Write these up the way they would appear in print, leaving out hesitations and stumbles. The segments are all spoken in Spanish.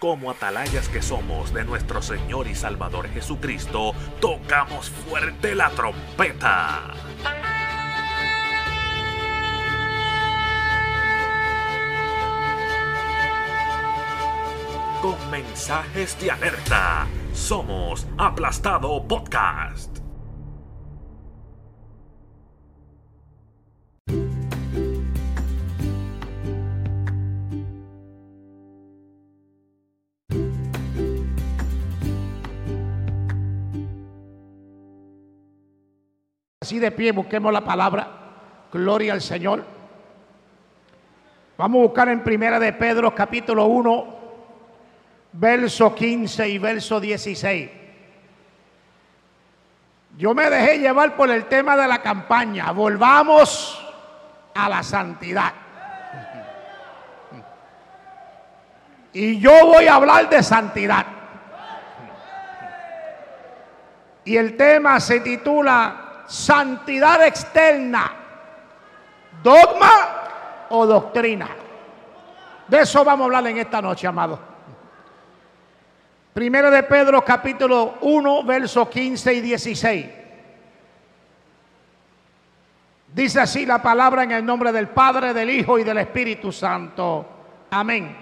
Como atalayas que somos de nuestro Señor y Salvador Jesucristo, tocamos fuerte la trompeta. Con mensajes de alerta, somos Aplastado Podcast. Así de pie, busquemos la palabra. Gloria al Señor. Vamos a buscar en Primera de Pedro, capítulo 1, verso 15 y verso 16. Yo me dejé llevar por el tema de la campaña. Volvamos a la santidad. Y yo voy a hablar de santidad. Y el tema se titula Santidad externa, dogma o doctrina. De eso vamos a hablar en esta noche, amados. Primero de Pedro, capítulo 1, versos 15 y 16. Dice así la palabra en el nombre del Padre, del Hijo y del Espíritu Santo. Amén.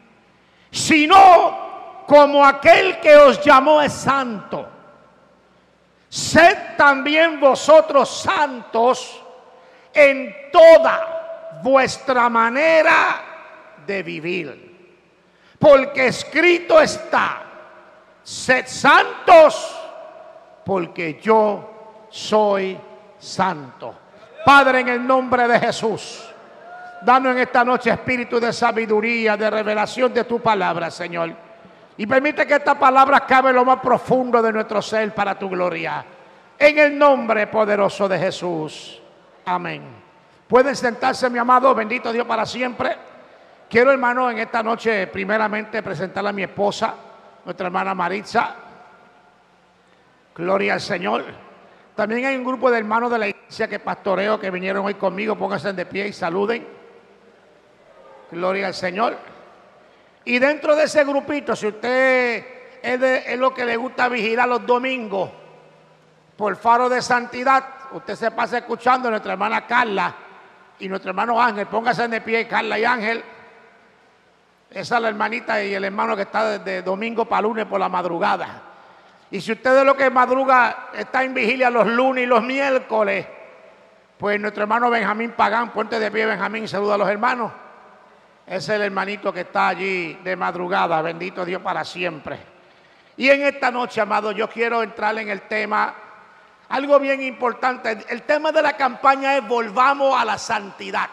Sino como aquel que os llamó es santo, sed también vosotros santos en toda vuestra manera de vivir. Porque escrito está, sed santos, porque yo soy santo. Padre, en el nombre de Jesús, danos en esta noche espíritu de sabiduría, de revelación de tu palabra, Señor. Y permite que esta palabra cabe en lo más profundo de nuestro ser para tu gloria. En el nombre poderoso de Jesús. Amén. Pueden sentarse, mi amado. Bendito Dios para siempre. Quiero, hermano, en esta noche primeramente presentarle a mi esposa, nuestra hermana Maritza. Gloria al Señor. También hay un grupo de hermanos de la iglesia que pastoreo que vinieron hoy conmigo. Pónganse de pie y saluden. Gloria al Señor. Y dentro de ese grupito, si usted es lo que le gusta vigilar los domingos por Faro de Santidad, usted se pasa escuchando a nuestra hermana Carla y nuestro hermano Ángel. Pónganse de pie, Carla y Ángel. Esa es la hermanita y el hermano que está desde domingo para lunes por la madrugada. Y si usted es lo que madruga, está en vigilia los lunes y los miércoles, pues nuestro hermano Benjamín Pagán, ponte de pie, Benjamín, saluda a los hermanos. Ese es el hermanito que está allí de madrugada. Bendito Dios para siempre. Y en esta noche, amado, yo quiero entrar en el tema, algo bien importante. El tema de la campaña es volvamos a la santidad.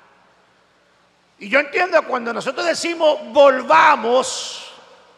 Y yo entiendo cuando nosotros decimos volvamos,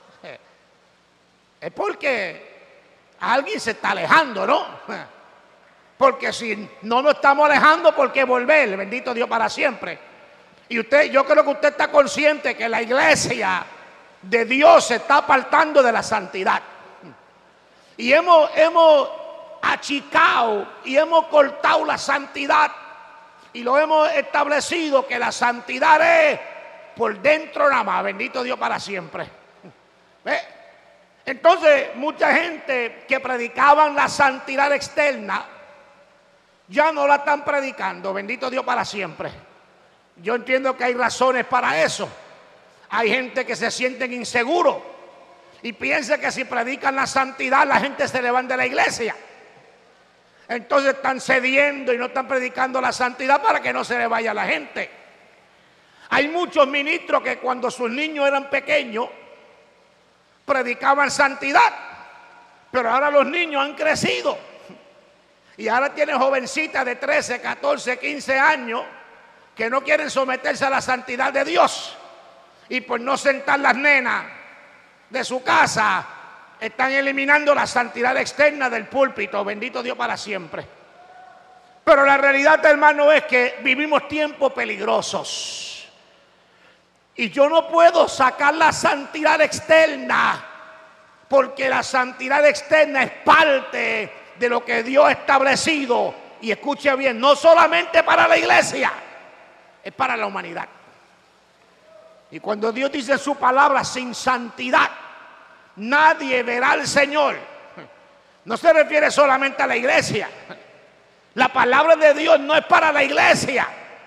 es porque alguien se está alejando, ¿no? Porque si no nos estamos alejando, ¿por qué volver? Bendito Dios para siempre. Y yo creo que usted está consciente que la iglesia de Dios se está apartando de la santidad. Y hemos achicado y hemos cortado la santidad. Y lo hemos establecido que la santidad es por dentro nada más. Bendito Dios para siempre. ¿Ve? Entonces, mucha gente que predicaban la santidad externa, ya no la están predicando. Bendito Dios para siempre. Yo entiendo que hay razones para eso. Hay gente que se sienten inseguros y piensa que si predican la santidad la gente se le va de la iglesia. Entonces están cediendo y no están predicando la santidad para que no se le vaya la gente. Hay muchos ministros que cuando sus niños eran pequeños predicaban santidad, pero ahora los niños han crecido y ahora tienen jovencitas de 13, 14, 15 años que no quieren someterse a la santidad de Dios, y por no sentar las nenas de su casa están eliminando la santidad externa del púlpito. Bendito Dios para siempre. Pero la realidad, hermano, es que vivimos tiempos peligrosos y yo no puedo sacar la santidad externa, porque la santidad externa es parte de lo que Dios ha establecido. Y escuche bien, no solamente para la iglesia, es para la humanidad. Y cuando Dios dice en su palabra, sin santidad nadie verá al Señor, no se refiere solamente a la iglesia. La palabra de Dios no es para la iglesia.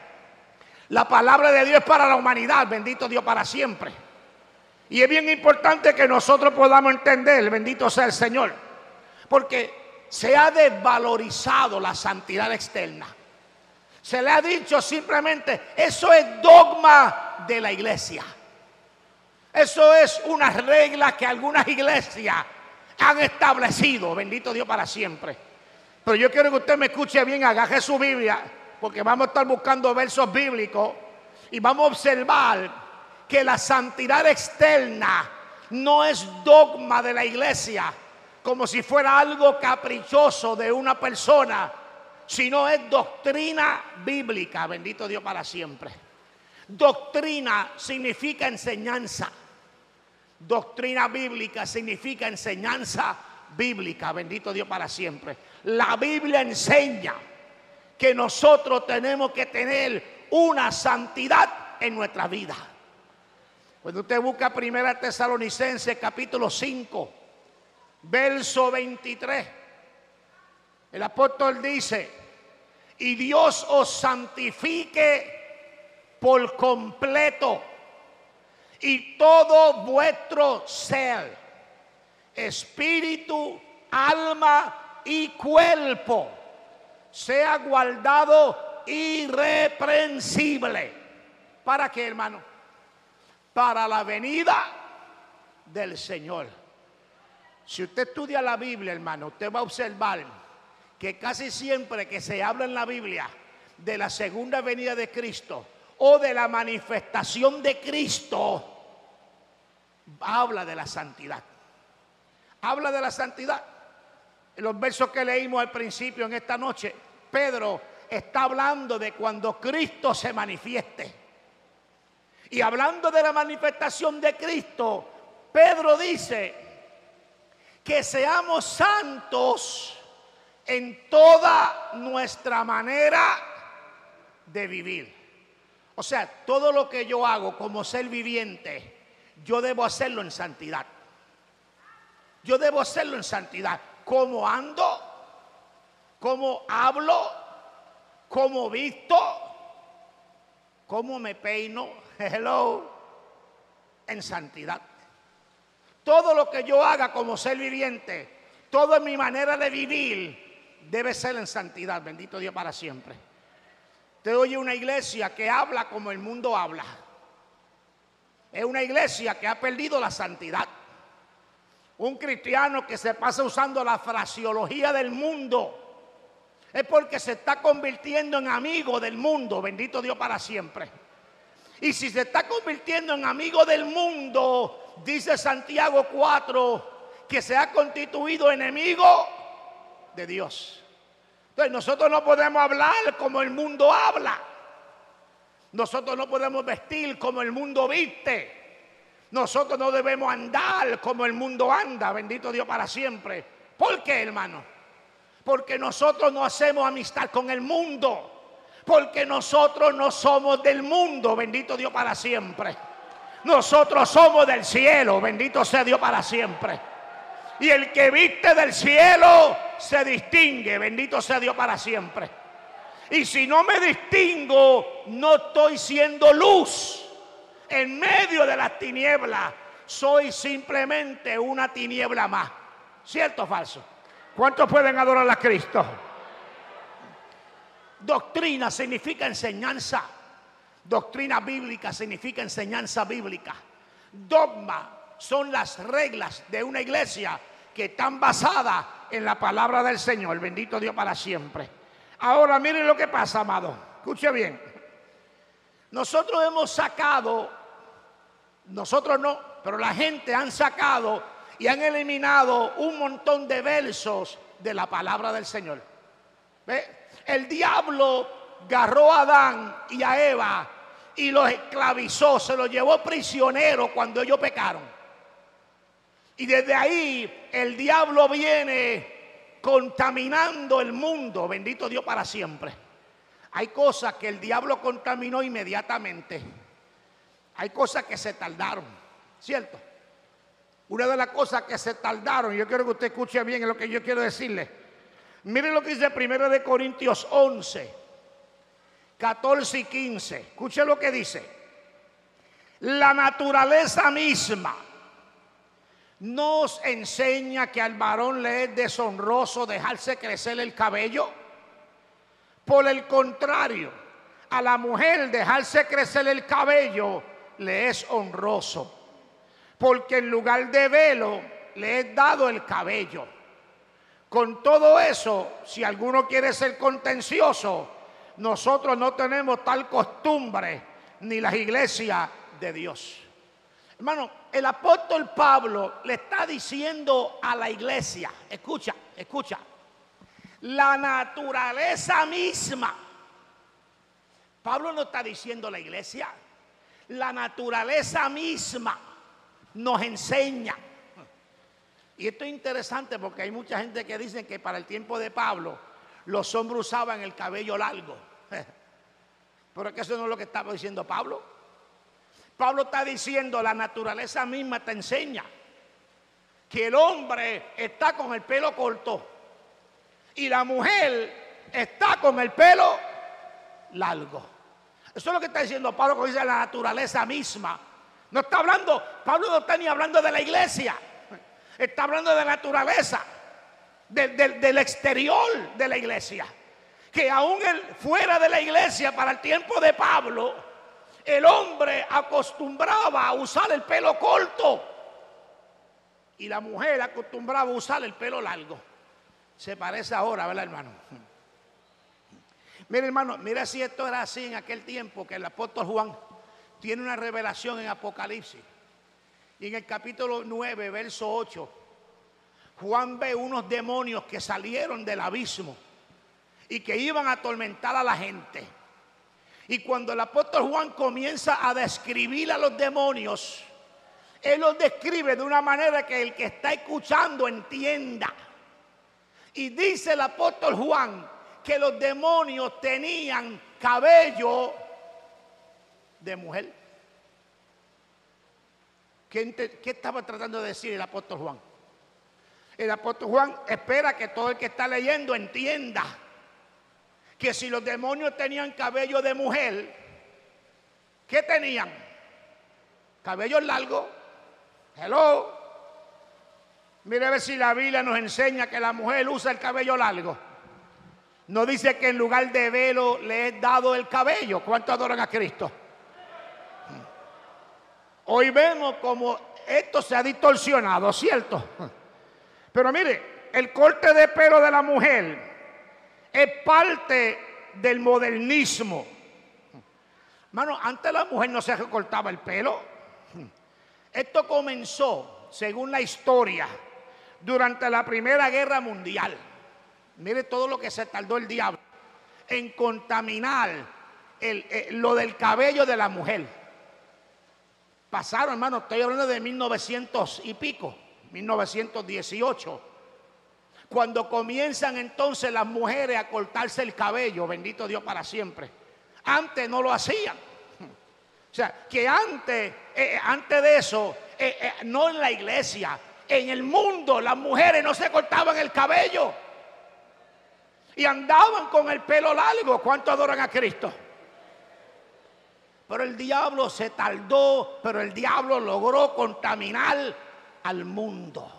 La palabra de Dios es para la humanidad, bendito Dios para siempre. Y es bien importante que nosotros podamos entender, bendito sea el Señor, porque se ha desvalorizado la santidad externa. Se le ha dicho simplemente, eso es dogma de la iglesia. Eso es una regla que algunas iglesias han establecido, bendito Dios para siempre. Pero yo quiero que usted me escuche bien, agaje su Biblia, porque vamos a estar buscando versos bíblicos y vamos a observar que la santidad externa no es dogma de la iglesia, como si fuera algo caprichoso de una persona, sino es doctrina bíblica, bendito Dios para siempre. Doctrina significa enseñanza. Doctrina bíblica significa enseñanza bíblica, bendito Dios para siempre. La Biblia enseña que nosotros tenemos que tener una santidad en nuestra vida. Cuando usted busca 1 Tesalonicenses capítulo 5, verso 23, el apóstol dice: y Dios os santifique por completo, y todo vuestro ser, espíritu, alma y cuerpo, sea guardado irreprensible. ¿Para qué, hermano? Para la venida del Señor. Si usted estudia la Biblia, hermano, usted va a observar que casi siempre que se habla en la Biblia de la segunda venida de Cristo o de la manifestación de Cristo, habla de la santidad. Habla de la santidad. En los versos que leímos al principio en esta noche, Pedro está hablando de cuando Cristo se manifieste. Y hablando de la manifestación de Cristo, Pedro dice que seamos santos en toda nuestra manera de vivir. O sea, todo lo que yo hago como ser viviente, yo debo hacerlo en santidad. Yo debo hacerlo en santidad. Cómo ando, cómo hablo, cómo visto, cómo me peino, hello, en santidad. Todo lo que yo haga como ser viviente, toda mi manera de vivir, debe ser en santidad, bendito Dios para siempre. Usted oye una iglesia que habla como el mundo habla. Es una iglesia que ha perdido la santidad. Un cristiano que se pasa usando la fraseología del mundo es porque se está convirtiendo en amigo del mundo, bendito Dios para siempre. Y si se está convirtiendo en amigo del mundo, dice Santiago 4, que se ha constituido enemigo de Dios. Entonces nosotros no podemos hablar como el mundo habla. Nosotros no podemos vestir como el mundo viste. Nosotros no debemos andar como el mundo anda, bendito Dios para siempre. ¿Por qué, hermano? Porque nosotros no hacemos amistad con el mundo. Porque nosotros no somos del mundo, bendito Dios para siempre. Nosotros somos del cielo, bendito sea Dios para siempre. Y el que viste del cielo se distingue, bendito sea Dios para siempre. Y si no me distingo, no estoy siendo luz en medio de las tinieblas. Soy simplemente una tiniebla más. ¿Cierto o falso? ¿Cuántos pueden adorar a Cristo? Doctrina significa enseñanza. Doctrina bíblica significa enseñanza bíblica. Dogma son las reglas de una iglesia que están basadas en la palabra del Señor. Bendito Dios para siempre. Ahora miren lo que pasa, amado. Escuche bien. Nosotros hemos sacado, nosotros no, pero la gente han sacado y han eliminado un montón de versos de la palabra del Señor. ¿Ve? El diablo agarró a Adán y a Eva y los esclavizó, se los llevó prisioneros cuando ellos pecaron. Y desde ahí el diablo viene contaminando el mundo, bendito Dios para siempre. Hay cosas que el diablo contaminó inmediatamente. hay cosas que se tardaron, ¿cierto? Una de las cosas que se tardaron, yo quiero que usted escuche bien en lo que yo quiero decirle. Miren lo que dice 1 Corintios 11, 14 y 15. Escuche lo que dice. La naturaleza misma nos enseña que al varón le es deshonroso dejarse crecer el cabello. Por el contrario, a la mujer dejarse crecer el cabello le es honroso, porque en lugar de velo le es dado el cabello. Con todo eso, si alguno quiere ser contencioso, nosotros no tenemos tal costumbre, ni las iglesias de Dios. Hermano, el apóstol Pablo le está diciendo a la iglesia, escucha, la naturaleza misma. Pablo no está diciendo a la iglesia, la naturaleza misma nos enseña. Y esto es interesante porque hay mucha gente que dice que para el tiempo de Pablo los hombres usaban el cabello largo. Pero es que eso no es lo que estaba diciendo Pablo. Pablo está diciendo, la naturaleza misma te enseña que el hombre está con el pelo corto y la mujer está con el pelo largo. Eso es lo que está diciendo Pablo cuando dice la naturaleza misma. No está hablando, Pablo no está ni hablando de la iglesia, está hablando de la naturaleza, del exterior de la iglesia. Que aún fuera de la iglesia, para el tiempo de Pablo, el hombre acostumbraba a usar el pelo corto y la mujer acostumbraba a usar el pelo largo. Se parece ahora, ¿verdad, hermano? Mira, hermano, mira si esto era así en aquel tiempo, que el apóstol Juan tiene una revelación en Apocalipsis. Y en el capítulo 9, verso 8, Juan ve unos demonios que salieron del abismo y que iban a atormentar a la gente. Y cuando el apóstol Juan comienza a describir a los demonios, él los describe de una manera que el que está escuchando entienda. Y dice el apóstol Juan que los demonios tenían cabello de mujer. ¿Qué estaba tratando de decir el apóstol Juan? El apóstol Juan espera que todo el que está leyendo entienda que si los demonios tenían cabello de mujer, ¿qué tenían? Cabello largo. Hello. Mire a ver si la Biblia nos enseña que la mujer usa el cabello largo. No dice que en lugar de velo le es dado el cabello. ¿Cuántos adoran a Cristo? Hoy vemos como esto se ha distorsionado, ¿cierto? Pero mire, el corte de pelo de la mujer es parte del modernismo. Hermano, antes la mujer no se recortaba el pelo. Esto comenzó, según la historia, durante la Primera Guerra Mundial. Mire todo lo que se tardó el diablo en contaminar lo del cabello de la mujer. Pasaron, hermano, estoy hablando de 1900 y pico, 1918. Cuando comienzan entonces las mujeres a cortarse el cabello, bendito Dios para siempre. Antes no lo hacían. O sea, que antes de eso, no en la iglesia, en el mundo las mujeres no se cortaban el cabello. Y andaban con el pelo largo. ¿Cuánto adoran a Cristo? Pero el diablo se tardó, pero el diablo logró contaminar al mundo.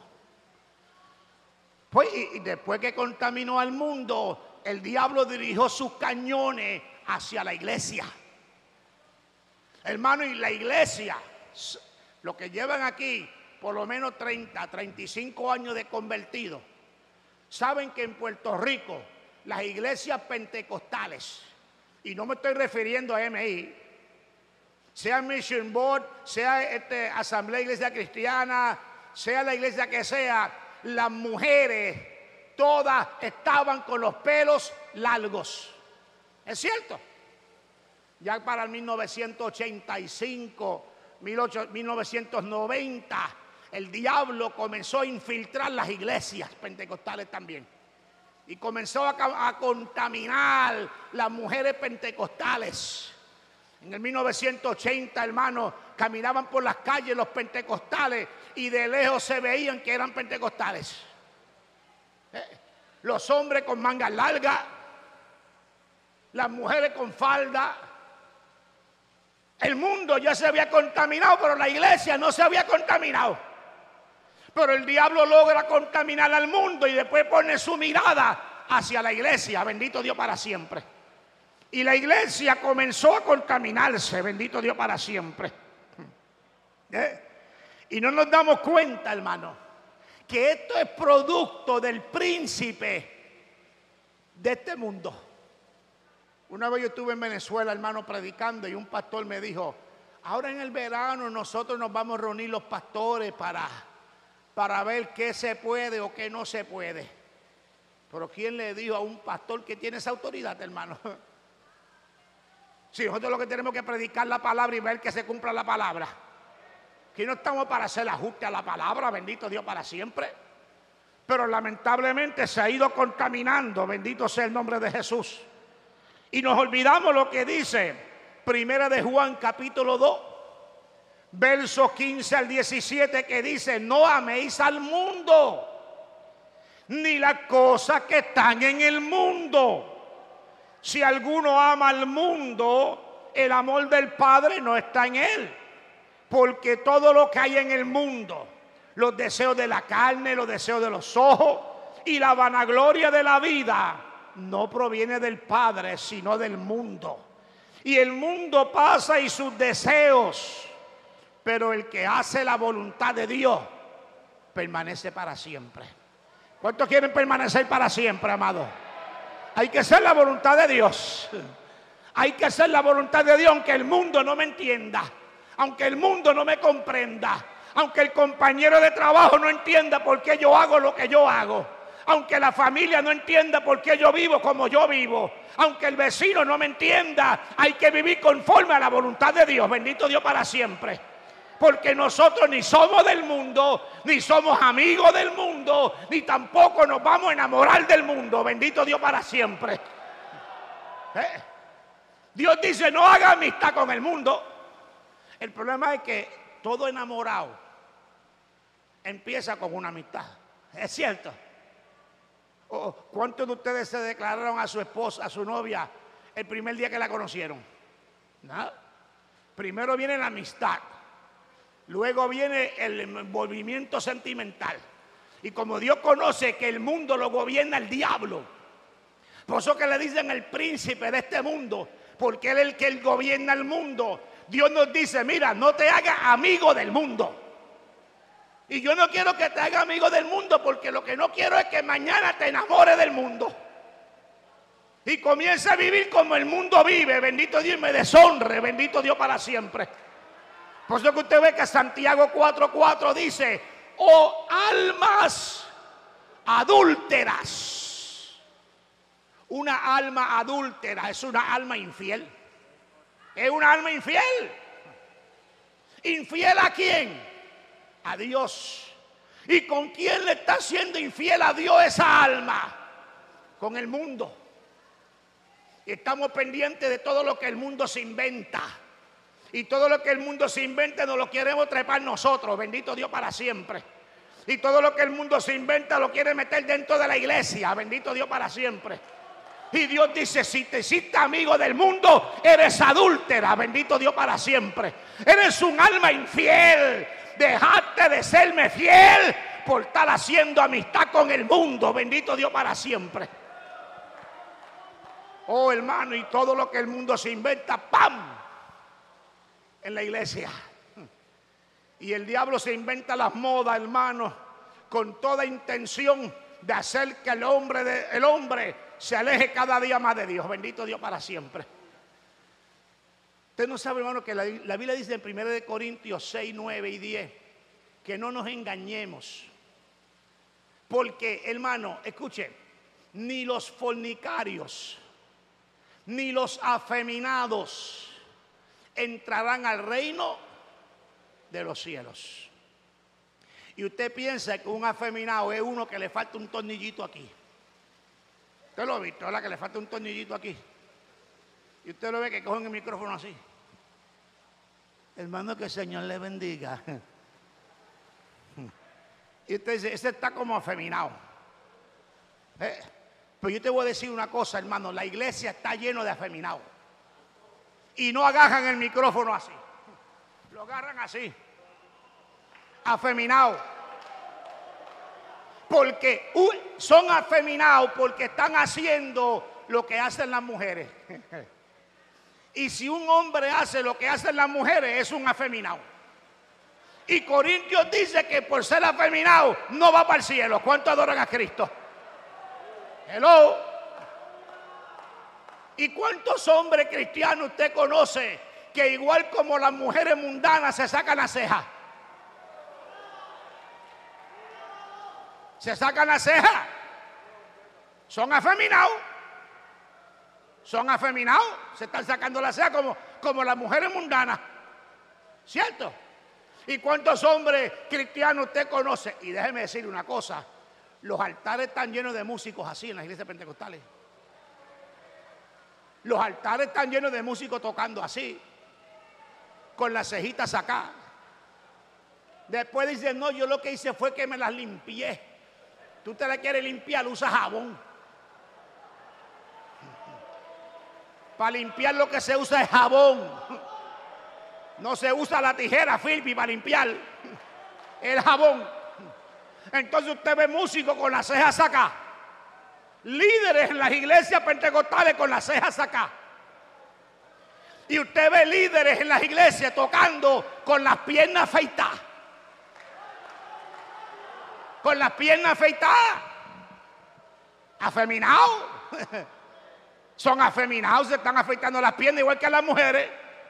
Pues, y después que contaminó al mundo, el diablo dirigió sus cañones hacia la iglesia. Hermano, y la iglesia, lo que llevan aquí, por lo menos 30, 35 años de convertido, saben que en Puerto Rico, las iglesias pentecostales, y no me estoy refiriendo a MI, sea Mission Board, sea Asamblea Iglesia Cristiana, sea la iglesia que sea, las mujeres todas estaban con los pelos largos. ¿Es cierto? Ya para el 1985, 1990, el diablo comenzó a infiltrar las iglesias pentecostales también. Y comenzó a contaminar las mujeres pentecostales. En el 1980, hermano, caminaban por las calles los pentecostales y de lejos se veían que eran pentecostales. Los hombres con mangas largas, las mujeres con falda. El mundo ya se había contaminado, pero la iglesia no se había contaminado. Pero el diablo logra contaminar al mundo y después pone su mirada hacia la iglesia. Bendito Dios para siempre. Y la iglesia comenzó a contaminarse. Bendito Dios para siempre. Y no nos damos cuenta, hermano, que esto es producto del príncipe de este mundo. Una vez yo estuve en Venezuela, hermano, predicando, y un pastor me dijo: ahora en el verano nosotros nos vamos a reunir los pastores para ver qué se puede o qué no se puede. Pero ¿quién le dijo a un pastor que tiene esa autoridad, hermano? Si nosotros lo que tenemos que predicar la palabra y ver que se cumpla la palabra. Aquí no estamos para hacer ajuste a la palabra, bendito Dios para siempre. Pero lamentablemente se ha ido contaminando, bendito sea el nombre de Jesús. Y nos olvidamos lo que dice Primera de Juan capítulo 2, versos 15 al 17, que dice: no améis al mundo, ni las cosas que están en el mundo. Si alguno ama al mundo, el amor del Padre no está en él. Porque todo lo que hay en el mundo, los deseos de la carne, los deseos de los ojos y la vanagloria de la vida, no proviene del Padre, sino del mundo. Y el mundo pasa y sus deseos, pero el que hace la voluntad de Dios permanece para siempre. ¿Cuántos quieren permanecer para siempre, amados? Hay que hacer la voluntad de Dios. Hay que hacer la voluntad de Dios, aunque el mundo no me entienda, aunque el mundo no me comprenda, aunque el compañero de trabajo no entienda por qué yo hago lo que yo hago, aunque la familia no entienda por qué yo vivo como yo vivo, aunque el vecino no me entienda. Hay que vivir conforme a la voluntad de Dios. Bendito Dios para siempre. Porque nosotros ni somos del mundo, ni somos amigos del mundo, ni tampoco nos vamos a enamorar del mundo. Bendito Dios para siempre. Dios dice: no haga amistad con el mundo. El problema es que todo enamorado empieza con una amistad. ¿Es cierto? ¿Cuántos de ustedes se declararon a su esposa, a su novia, el primer día que la conocieron? ¿No? Primero viene la amistad. Luego viene el envolvimiento sentimental. Y como Dios conoce que el mundo lo gobierna el diablo, por eso que le dicen el príncipe de este mundo, porque él es el que gobierna el mundo. Dios nos dice: mira, no te hagas amigo del mundo. Y yo no quiero que te hagas amigo del mundo, porque lo que no quiero es que mañana te enamores del mundo y comience a vivir como el mundo vive. Bendito Dios, y me deshonre. Bendito Dios para siempre. Por eso que usted ve que Santiago 4:4 dice: oh almas adúlteras. Una alma adúltera es una alma infiel. Es una alma infiel. ¿Infiel a quién? A Dios. ¿Y con quién le está siendo infiel a Dios esa alma? Con el mundo. Y estamos pendientes de todo lo que el mundo se inventa. Y todo lo que el mundo se inventa nos lo queremos trepar nosotros. Bendito Dios para siempre. Y todo lo que el mundo se inventa lo quiere meter dentro de la iglesia. Bendito Dios para siempre. Y Dios dice: si te hiciste amigo del mundo, eres adúltera. Bendito Dios para siempre. Eres un alma infiel. Dejaste de serme fiel por estar haciendo amistad con el mundo. Bendito Dios para siempre. Oh, hermano, y todo lo que el mundo se inventa, ¡pam!, en la iglesia. Y el diablo se inventa las modas, hermano, con toda intención de hacer que el hombre se aleje cada día más de Dios. Bendito Dios para siempre. Usted no sabe, hermano, que la Biblia dice en 1 Corintios 6, 9 y 10 que no nos engañemos. Porque, hermano, escuche, ni los fornicarios, ni los afeminados entrarán al reino de los cielos. Y usted piensa que un afeminado es uno que le falta un tornillito aquí. Usted lo ha visto, ¿verdad? Que le falta un tornillito aquí. Y usted lo ve que cogen el micrófono así. Hermano, que el Señor le bendiga. Y usted dice, ese está como afeminado. Pero yo te voy a decir una cosa, hermano, la iglesia está lleno de afeminados. Y no agarran el micrófono así. Lo agarran así. Afeminados. Porque son afeminados porque están haciendo lo que hacen las mujeres. Y si un hombre hace lo que hacen las mujeres, es un afeminado. Y Corintios dice que por ser afeminado no va para el cielo. ¿Cuánto adoran a Cristo? Hello. ¿Y cuántos hombres cristianos usted conoce que igual como las mujeres mundanas se sacan las cejas? Se sacan las cejas. Son afeminados. Son afeminados. Se están sacando las cejas como las mujeres mundanas. ¿Cierto? ¿Y cuántos hombres cristianos usted conoce? Y déjeme decir una cosa. Los altares están llenos de músicos así en las iglesias pentecostales. Los altares están llenos de músicos tocando así. Con las cejitas acá. Después dicen, no, yo lo que hice fue que me las limpié. Tú te la quieres limpiar, usa jabón. Para limpiar lo que se usa es jabón. No se usa la tijera Philby para limpiar el jabón. Entonces usted ve músicos con las cejas acá. Líderes en las iglesias pentecostales con las cejas acá. Y usted ve líderes en las iglesias tocando con las piernas afeitadas. Con las piernas afeitadas. Afeminados. Son afeminados, se están afeitando las piernas igual que a las mujeres.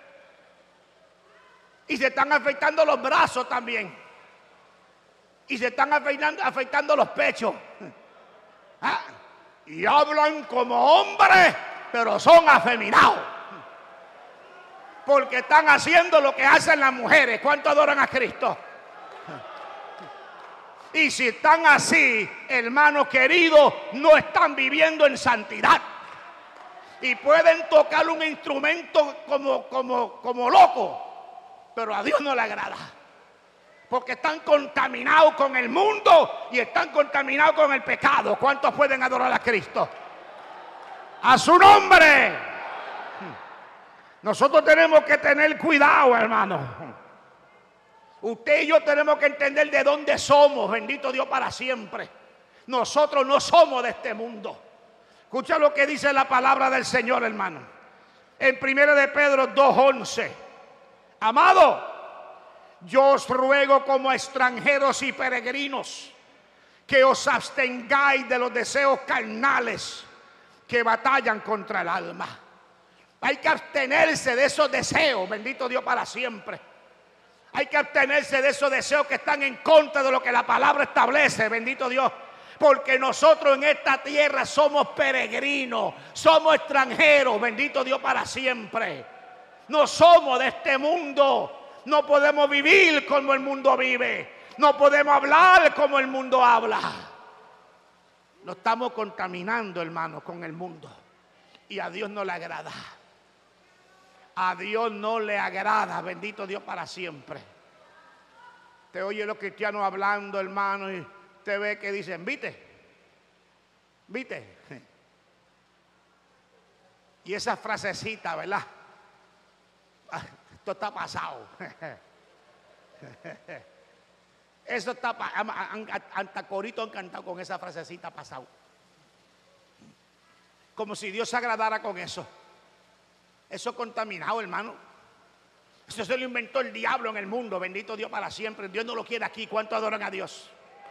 Y se están afeitando los brazos también. Y se están afeitando los pechos. ¿Ah? Y hablan como hombres, pero son afeminados. Porque están haciendo lo que hacen las mujeres. ¿Cuánto adoran a Cristo? Y si están así, hermanos queridos, no están viviendo en santidad. Y pueden tocar un instrumento como loco, pero a Dios no le agrada. Porque están contaminados con el mundo y están contaminados con el pecado. ¿Cuántos pueden adorar a Cristo? ¡A su nombre! Nosotros tenemos que tener cuidado, hermano. Usted y yo tenemos que entender de dónde somos. Bendito Dios para siempre. Nosotros no somos de este mundo. Escucha lo que dice la palabra del Señor, hermano. En 1 de Pedro 2:11. Amado, yo os ruego como extranjeros y peregrinos que os abstengáis de los deseos carnales que batallan contra el alma. Hay que abstenerse de esos deseos, bendito Dios para siempre. Hay que abstenerse de esos deseos que están en contra de lo que la palabra establece, bendito Dios. Porque nosotros en esta tierra somos peregrinos, somos extranjeros, bendito Dios para siempre. No somos de este mundo, no podemos vivir como el mundo vive, no podemos hablar como el mundo habla. Lo estamos contaminando, hermanos, con el mundo. Y a Dios no le agrada. A Dios no le agrada, bendito Dios para siempre. Te oye los cristianos hablando, hermano, y te ve que dicen, ¿viste? ¿Viste? Y esa frasecita, ¿verdad? Esto está pasado. Eso está hasta corito han cantado con esa frasecita pasado. Como si Dios se agradara con eso. Eso es contaminado, hermano. Eso se lo inventó el diablo en el mundo. Bendito Dios para siempre. Dios no lo quiere aquí. ¿Cuánto adoran a Dios?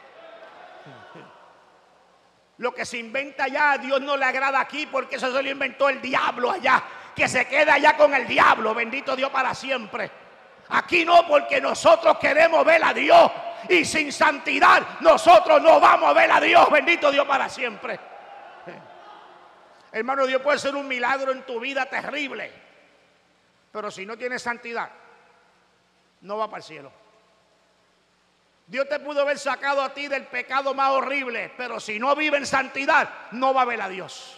Lo que se inventa allá a Dios no le agrada aquí, porque eso se lo inventó el diablo allá. Que se quede allá con el diablo. Bendito Dios para siempre. Aquí no, porque nosotros queremos ver a Dios. Y sin santidad nosotros no vamos a ver a Dios. Bendito Dios para siempre. Hermano, Dios puede hacer un milagro en tu vida terrible, pero si no tienes santidad, no va para el cielo. Dios te pudo haber sacado a ti del pecado más horrible, pero si no vive en santidad, no va a ver a Dios.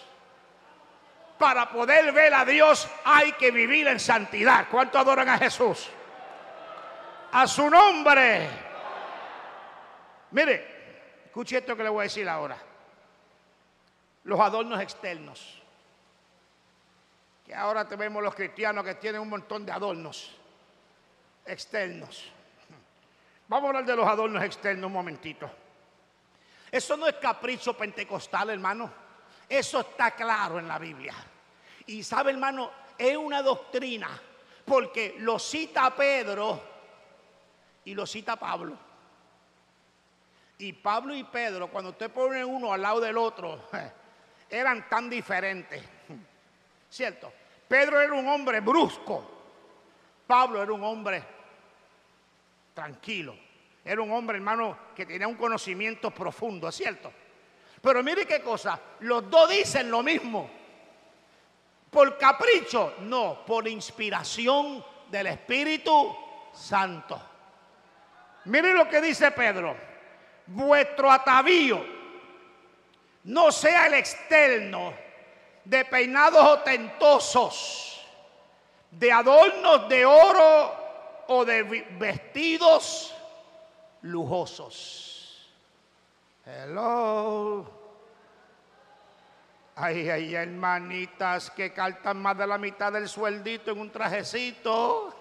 Para poder ver a Dios hay que vivir en santidad. ¿Cuánto adoran a Jesús? A su nombre. Mire, escuche esto que le voy a decir ahora. Los adornos externos. Que ahora tenemos los cristianos que tienen un montón de adornos externos. Vamos a hablar de los adornos externos un momentito. Eso no es capricho pentecostal, hermano. Eso está claro en la Biblia. Y sabe, hermano, es una doctrina, porque lo cita Pedro y lo cita Pablo. Y Pablo y Pedro, cuando usted pone uno al lado del otro, eran tan diferentes. ¿Cierto? Pedro era un hombre brusco. Pablo era un hombre tranquilo. Era un hombre, hermano, que tenía un conocimiento profundo, ¿cierto? Pero mire qué cosa, los dos dicen lo mismo. ¿Por capricho? No, por inspiración del Espíritu Santo. Mire lo que dice Pedro. Vuestro atavío no sea el externo de peinados ostentosos, de adornos de oro o de vestidos lujosos. Hello. Ay, hermanitas que cartan más de la mitad del sueldito en un trajecito.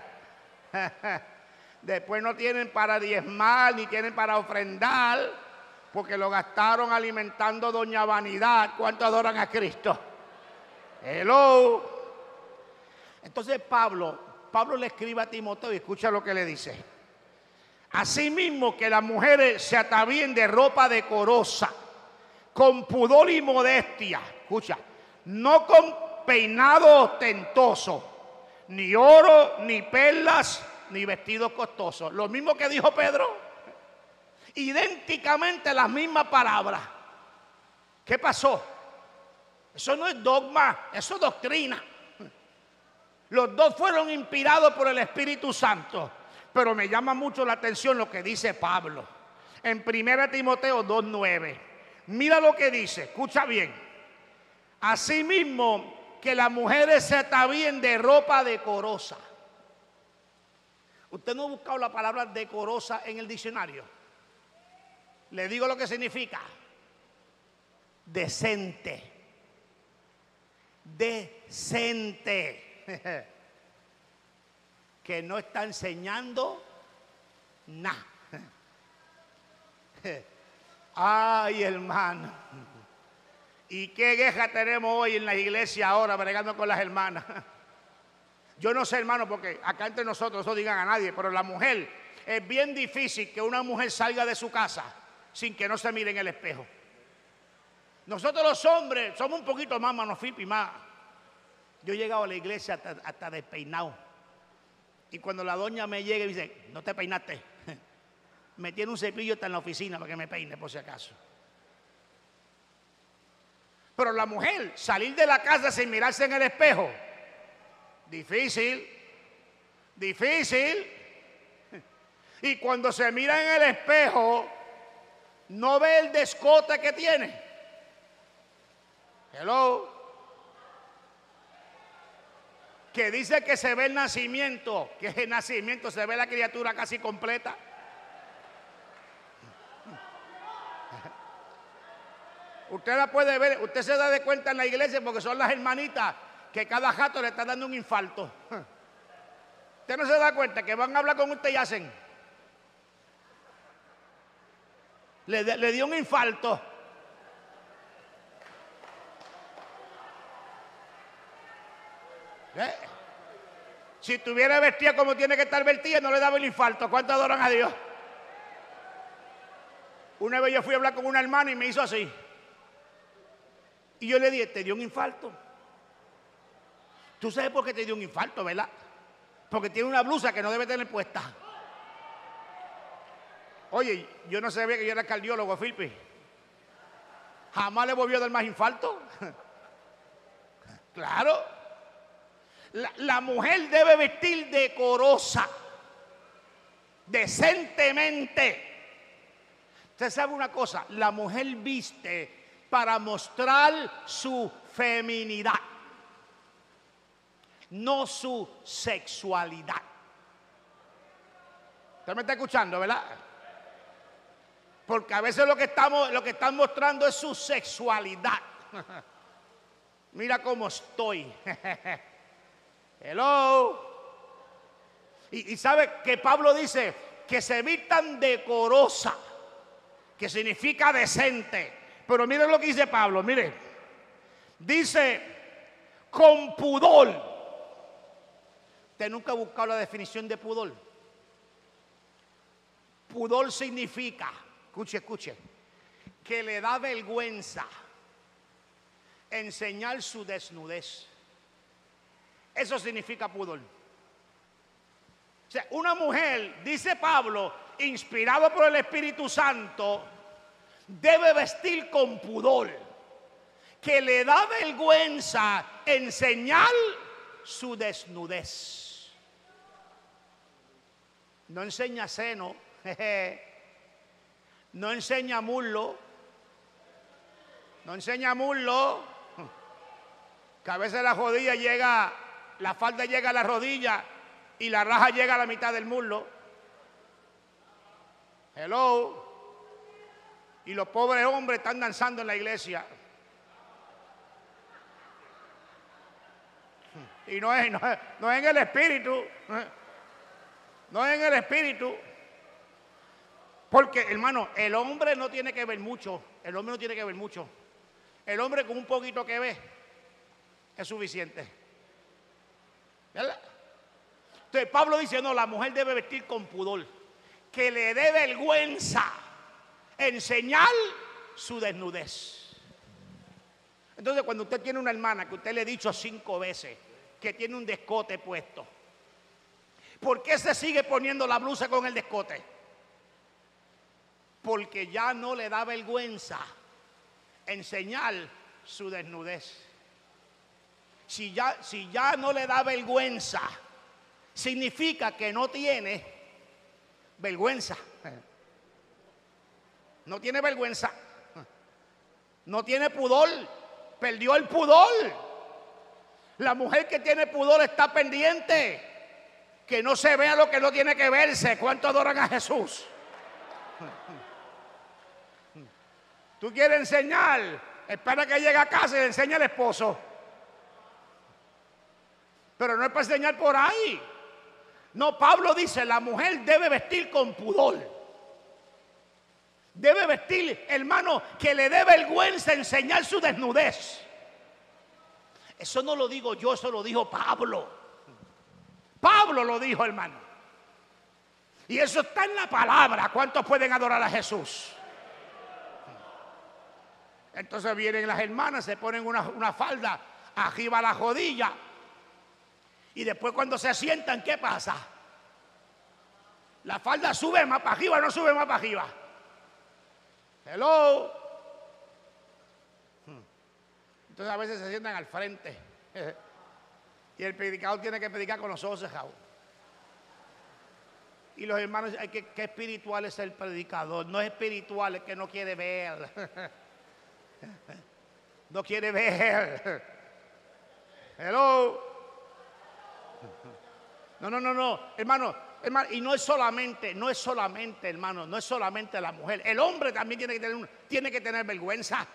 Después no tienen para diezmar ni tienen para ofrendar, porque lo gastaron alimentando doña Vanidad. ¿Cuánto adoran a Cristo? Hello. Entonces Pablo le escribe a Timoteo y escucha lo que le dice. Asimismo que las mujeres se atavíen de ropa decorosa, con pudor y modestia. Escucha, no con peinado ostentoso, ni oro, ni perlas, ni vestidos costosos. Lo mismo que dijo Pedro. Idénticamente las mismas palabras. ¿Qué pasó? Eso no es dogma, eso es doctrina. Los dos fueron inspirados por el Espíritu Santo. Pero me llama mucho la atención lo que dice Pablo en 1 Timoteo 2:9. Mira lo que dice, escucha bien. Asimismo que las mujeres se atavíen de ropa decorosa. ¿Usted no ha buscado la palabra decorosa en el diccionario? Le digo lo que significa. Decente. Decente. Que no está enseñando nada. Ay, hermano. ¿Y qué queja tenemos hoy en la iglesia ahora bregando con las hermanas? Yo no sé, hermano, porque acá entre nosotros no digan a nadie, pero la mujer, es bien difícil que una mujer salga de su casa sin que no se mire en el espejo. Nosotros los hombres somos un poquito más manofipi, más. Yo he llegado a la iglesia hasta despeinado. Y cuando la doña me llega y dice, no te peinaste, me tiene un cepillo hasta en la oficina para que me peine por si acaso. Pero la mujer, salir de la casa sin mirarse en el espejo, difícil, difícil. Y cuando se mira en el espejo, no ve el descote que tiene. Hello. Que dice que se ve el nacimiento, que el nacimiento se ve la criatura casi completa. Usted la puede ver, usted se da de cuenta en la iglesia porque son las hermanitas que cada jato le está dando un infarto. Usted no se da cuenta que van a hablar con usted y hacen. Le dio un infarto. Si estuviera vestida como tiene que estar vestida, no le daba el infarto. ¿Cuánto adoran a Dios? Una vez yo fui a hablar con una hermana y me hizo así. Y yo le dije, ¿te dio un infarto? ¿Tú sabes por qué te dio un infarto, verdad? Porque tiene una blusa que no debe tener puesta. Oye, yo no sabía que yo era cardiólogo, Filpi. Jamás le volvió a dar más infarto. Claro. La mujer debe vestir decorosa, decentemente. Usted sabe una cosa, la mujer viste para mostrar su feminidad, no su sexualidad. Usted me está escuchando, ¿verdad? Porque a veces lo que están mostrando es su sexualidad. Mira cómo estoy. Hello. Y sabe que Pablo dice que se vistan decorosa, que significa decente. Pero miren lo que dice Pablo, mire. Dice con pudor. ¿Usted nunca ha buscado la definición de pudor? Pudor significa, escuche, que le da vergüenza enseñar su desnudez. Eso significa pudor. O sea, una mujer, dice Pablo, inspirado por el Espíritu Santo, debe vestir con pudor, que le da vergüenza enseñar su desnudez. No enseña seno, no enseña muslo, que a veces la rodilla llega, la falda llega a la rodilla y la raja llega a la mitad del muslo. Hello. Y los pobres hombres están danzando en la iglesia. Y no es en el espíritu. No es en el espíritu. Porque, hermano, el hombre no tiene que ver mucho. El hombre no tiene que ver mucho. El hombre con un poquito que ve es suficiente. ¿Verdad? Entonces Pablo dice, no, la mujer debe vestir con pudor, que le dé vergüenza enseñar su desnudez. Entonces cuando usted tiene una hermana que usted le ha dicho 5 veces que tiene un descote puesto, ¿por qué se sigue poniendo la blusa con el descote? Porque ya no le da vergüenza enseñar su desnudez. Si ya no le da vergüenza, significa que no tiene vergüenza. No tiene vergüenza. No tiene pudor. Perdió el pudor. La mujer que tiene pudor está pendiente que no se vea lo que no tiene que verse. ¿Cuánto adoran a Jesús? Tú quieres enseñar, espera que llegue a casa y le enseña al esposo. Pero no es para enseñar por ahí. No, Pablo dice, la mujer debe vestir con pudor. Debe vestir, hermano, que le dé vergüenza enseñar su desnudez. Eso no lo digo yo, eso lo dijo Pablo. Pablo lo dijo, hermano. Y eso está en la palabra. ¿Cuántos pueden adorar a Jesús? Entonces vienen las hermanas, se ponen una falda arriba a la rodilla. Y después cuando se sientan, ¿qué pasa? La falda sube más para arriba, no sube más para arriba. Hello. Entonces a veces se sientan al frente. Y el predicador tiene que predicar con los ojos cerrados. Y los hermanos, ¿qué espiritual es el predicador? No es espiritual, es que no quiere ver. No quiere ver. Hello. No, hermano, y no es solamente, hermano, no es solamente la mujer. El hombre también tiene que tener vergüenza.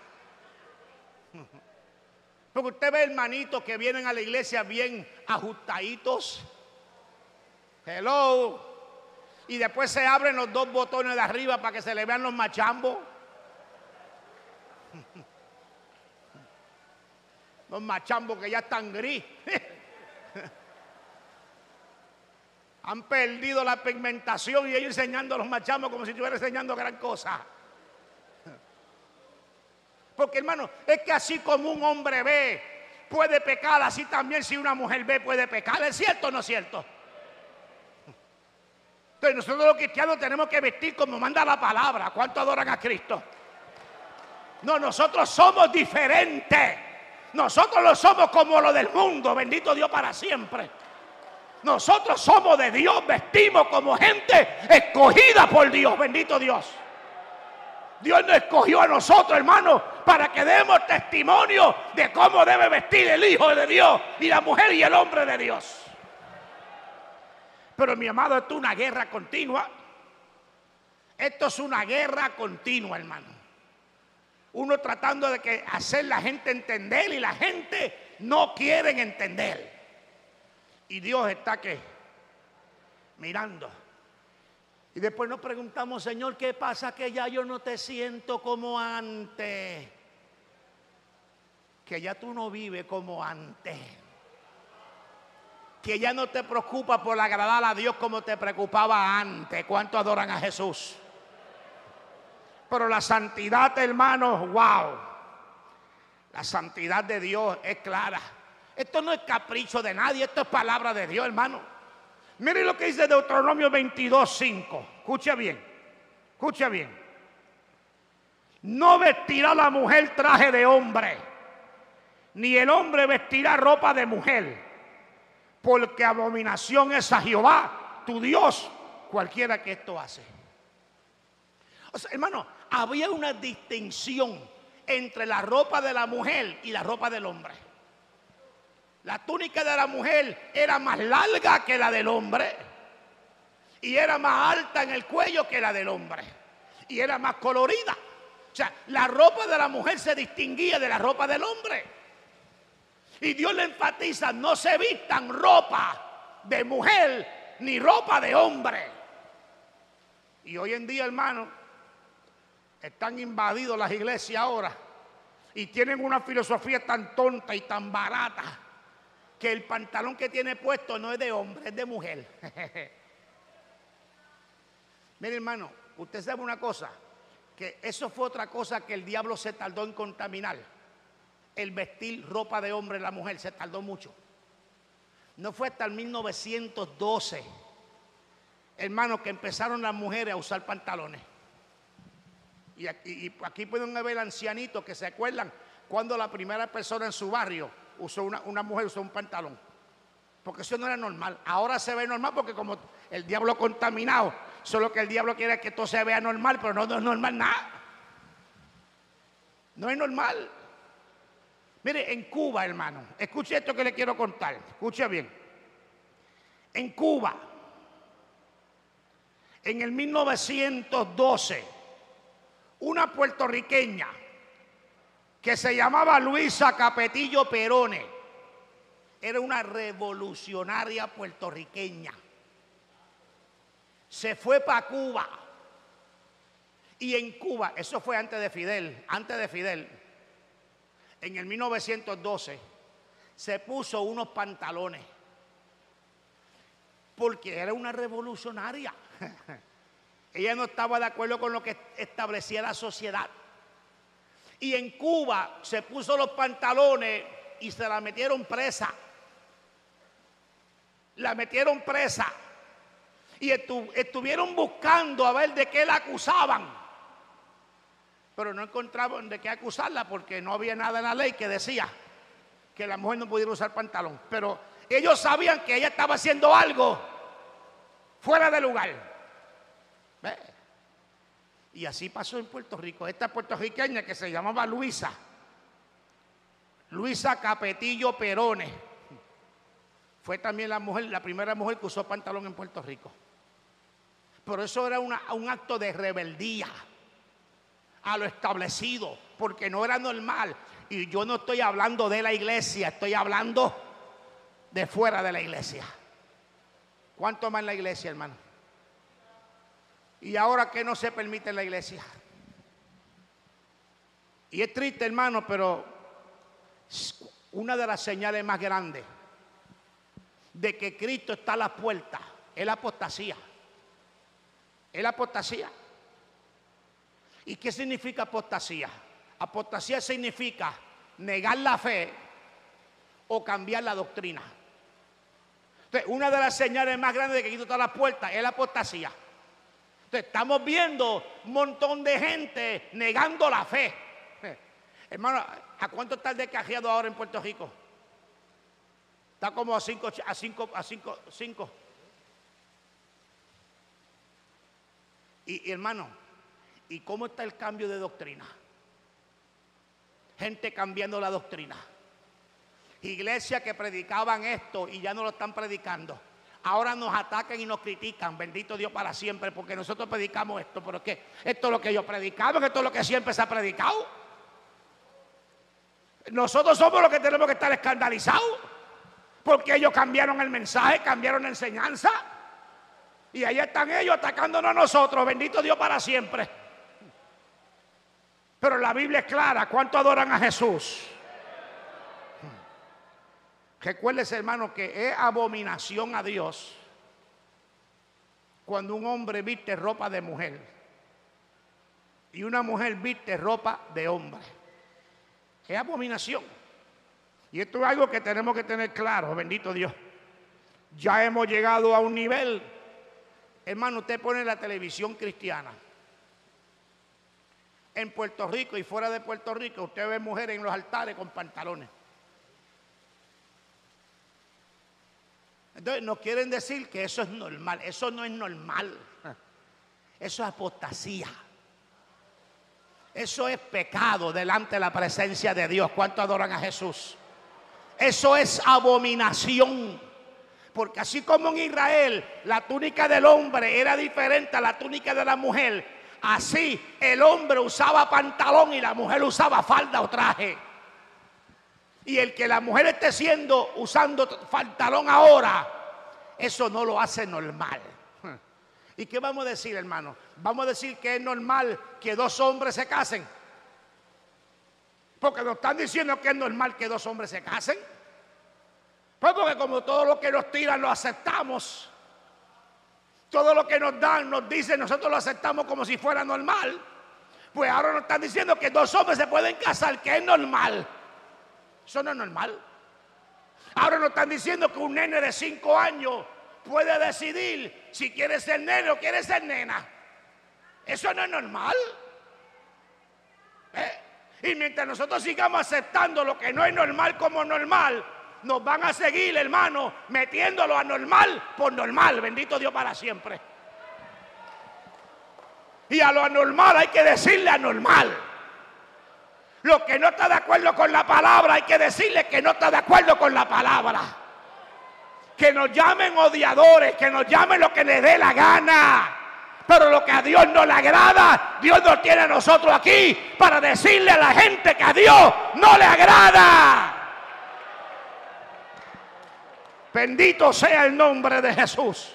Porque usted ve hermanitos que vienen a la iglesia bien ajustaditos. Hello. Y después se abren los 2 botones de arriba para que se le vean los machambos. Los machambos que ya están gris. Han perdido la pigmentación y ellos enseñando a los machambos como si estuviera enseñando gran cosa. Porque, hermano, es que así como un hombre ve, puede pecar, así también si una mujer ve, puede pecar. ¿Es cierto o no es cierto? Entonces nosotros los cristianos tenemos que vestir como manda la palabra. ¿Cuánto adoran a Cristo? No, nosotros somos diferentes. Nosotros no somos como lo del mundo. Bendito Dios para siempre. Nosotros somos de Dios, vestimos como gente escogida por Dios. Bendito Dios. Dios nos escogió a nosotros, hermanos, para que demos testimonio de cómo debe vestir el Hijo de Dios y la mujer y el hombre de Dios. Pero mi amado, esto es una guerra continua. Esto es una guerra continua, hermano. Uno tratando de hacer la gente entender y la gente no quiere entender. Y Dios está ¿qué? Mirando. Y después nos preguntamos, Señor, ¿qué pasa? Que ya yo no te siento como antes. Que ya tú no vives como antes. Que ya no te preocupas por agradar a Dios como te preocupaba antes. ¿Cuánto adoran a Jesús? Pero la santidad, hermanos, wow. La santidad de Dios es clara. Esto no es capricho de nadie, esto es palabra de Dios, hermano. Miren lo que dice Deuteronomio 22:5. Escuche bien, escuche bien. No vestirá la mujer traje de hombre, ni el hombre vestirá ropa de mujer, porque abominación es a Jehová, tu Dios, cualquiera que esto hace. O sea, hermano, había una distinción entre la ropa de la mujer y la ropa del hombre. La túnica de la mujer era más larga que la del hombre y era más alta en el cuello que la del hombre y era más colorida. O sea, la ropa de la mujer se distinguía de la ropa del hombre. Y Dios le enfatiza, no se vistan ropa de mujer ni ropa de hombre. Y hoy en día, hermano, están invadidos las iglesias ahora y tienen una filosofía tan tonta y tan barata que el pantalón que tiene puesto no es de hombre, es de mujer. Mire, hermano, usted sabe una cosa, que eso fue otra cosa que el diablo se tardó en contaminar. El vestir ropa de hombre en la mujer se tardó mucho. No fue hasta el 1912, hermano, que empezaron las mujeres a usar pantalones. Y aquí pueden ver ancianitos que se acuerdan cuando la primera persona en su barrio una mujer usó un pantalón. Porque eso no era normal. Ahora se ve normal porque como el diablo ha contaminado, solo que el diablo quiere que todo se vea normal, pero no es normal nada. No es normal. Mire, en Cuba, hermano, escuche esto que le quiero contar. Escuche bien. En Cuba, en el 1912, una puertorriqueña que se llamaba Luisa Capetillo Perone, era una revolucionaria puertorriqueña, se fue para Cuba. Y en Cuba, eso fue antes de Fidel, en el 1912, se puso unos pantalones, porque era una revolucionaria. Ella no estaba de acuerdo con lo que establecía la sociedad. Y en Cuba se puso los pantalones y se la metieron presa. La metieron presa. Y estuvieron buscando a ver de qué la acusaban. Pero no encontraban de qué acusarla porque no había nada en la ley que decía que la mujer no pudiera usar pantalón. Pero ellos sabían que ella estaba haciendo algo fuera de lugar. ¿Ve? Y así pasó en Puerto Rico. Esta puertorriqueña que se llamaba Luisa Capetillo Perone, fue también la primera mujer que usó pantalón en Puerto Rico. Pero eso era un acto de rebeldía a lo establecido, porque no era normal. Y yo no estoy hablando de la iglesia, estoy hablando de fuera de la iglesia. ¿Cuánto más en la iglesia, hermano? Y ahora que no se permite en la iglesia. Y es triste, hermano, pero una de las señales más grandes de que Cristo está a la puerta es la apostasía. Es la apostasía. ¿Y qué significa apostasía? Apostasía significa negar la fe o cambiar la doctrina. Entonces, una de las señales más grandes de que Cristo está a la puerta es la apostasía. Entonces, estamos viendo un montón de gente negando la fe. Hermano, ¿a cuánto está el descajeado ahora en Puerto Rico? Está como a 5. Y hermano, ¿y cómo está el cambio de doctrina? Gente cambiando la doctrina. Iglesias que predicaban esto y ya no lo están predicando. ahora nos atacan y nos critican. Bendito Dios para siempre, porque nosotros predicamos esto. Pero es que esto es lo que yo predicaba, que esto es lo que siempre se ha predicado. Nosotros somos los que tenemos que estar escandalizados, porque ellos cambiaron el mensaje, cambiaron la enseñanza, y ahí están ellos atacándonos a nosotros. Bendito Dios para siempre. Pero la Biblia es clara. ¿Cuánto adoran a Jesús? Recuérdese, hermano, que es abominación a Dios cuando un hombre viste ropa de mujer y una mujer viste ropa de hombre. Es abominación. Y esto es algo que tenemos que tener claro. Bendito Dios. Ya hemos llegado a un nivel. Hermano, usted pone la televisión cristiana. En Puerto Rico y fuera de Puerto Rico, usted ve mujeres en los altares con pantalones. Entonces nos quieren decir que eso es normal. Eso no es normal. Eso es apostasía. Eso es pecado delante de la presencia de Dios. ¿Cuánto adoran a Jesús? Eso es abominación. Porque así como en Israel la túnica del hombre era diferente a la túnica de la mujer, así el hombre usaba pantalón y la mujer usaba falda o traje. Y el que la mujer esté usando pantalón ahora, eso no lo hace normal. ¿Y qué vamos a decir, hermano? Vamos a decir que es normal que dos hombres se casen. Porque nos están diciendo que es normal que dos hombres se casen. Pues porque como todo lo que nos tiran lo aceptamos. Todo lo que nos dan, nos dicen, nosotros lo aceptamos como si fuera normal. Pues ahora nos están diciendo que dos hombres se pueden casar, que es normal. Eso no es normal. Ahora nos están diciendo que un nene de 5 años puede decidir si quiere ser nene o quiere ser nena. Eso no es normal. Y mientras nosotros sigamos aceptando lo que no es normal como normal, nos van a seguir, hermano, metiendo lo anormal por normal. Bendito Dios para siempre. Y a lo anormal hay que decirle anormal. Lo que no está de acuerdo con la palabra hay que decirle que no está de acuerdo con la palabra. Que nos llamen odiadores, que nos llamen lo que les dé la gana. Pero lo que a Dios no le agrada, Dios nos tiene a nosotros aquí para decirle a la gente que a Dios no le agrada. Bendito sea el nombre de Jesús.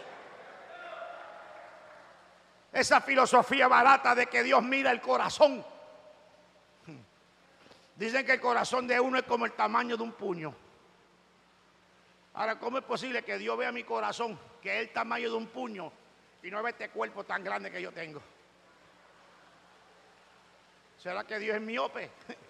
Esa filosofía barata de que Dios mira el corazón. Dicen que el corazón de uno es como el tamaño de un puño. Ahora, ¿cómo es posible que Dios vea mi corazón, que es el tamaño de un puño, y no ve este cuerpo tan grande que yo tengo? ¿Será que Dios es miope?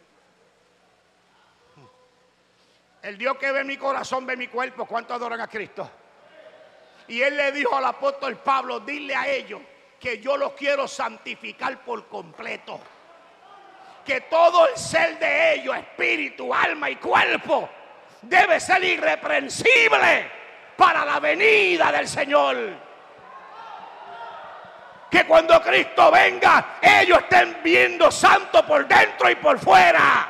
El Dios que ve mi corazón ve mi cuerpo. ¿Cuánto adoran a Cristo? Y Él le dijo al apóstol Pablo, dile a ellos que yo los quiero santificar por completo. Que todo el ser de ellos, espíritu, alma y cuerpo, debe ser irreprensible para la venida del Señor. Que cuando Cristo venga, ellos estén viendo santo por dentro y por fuera.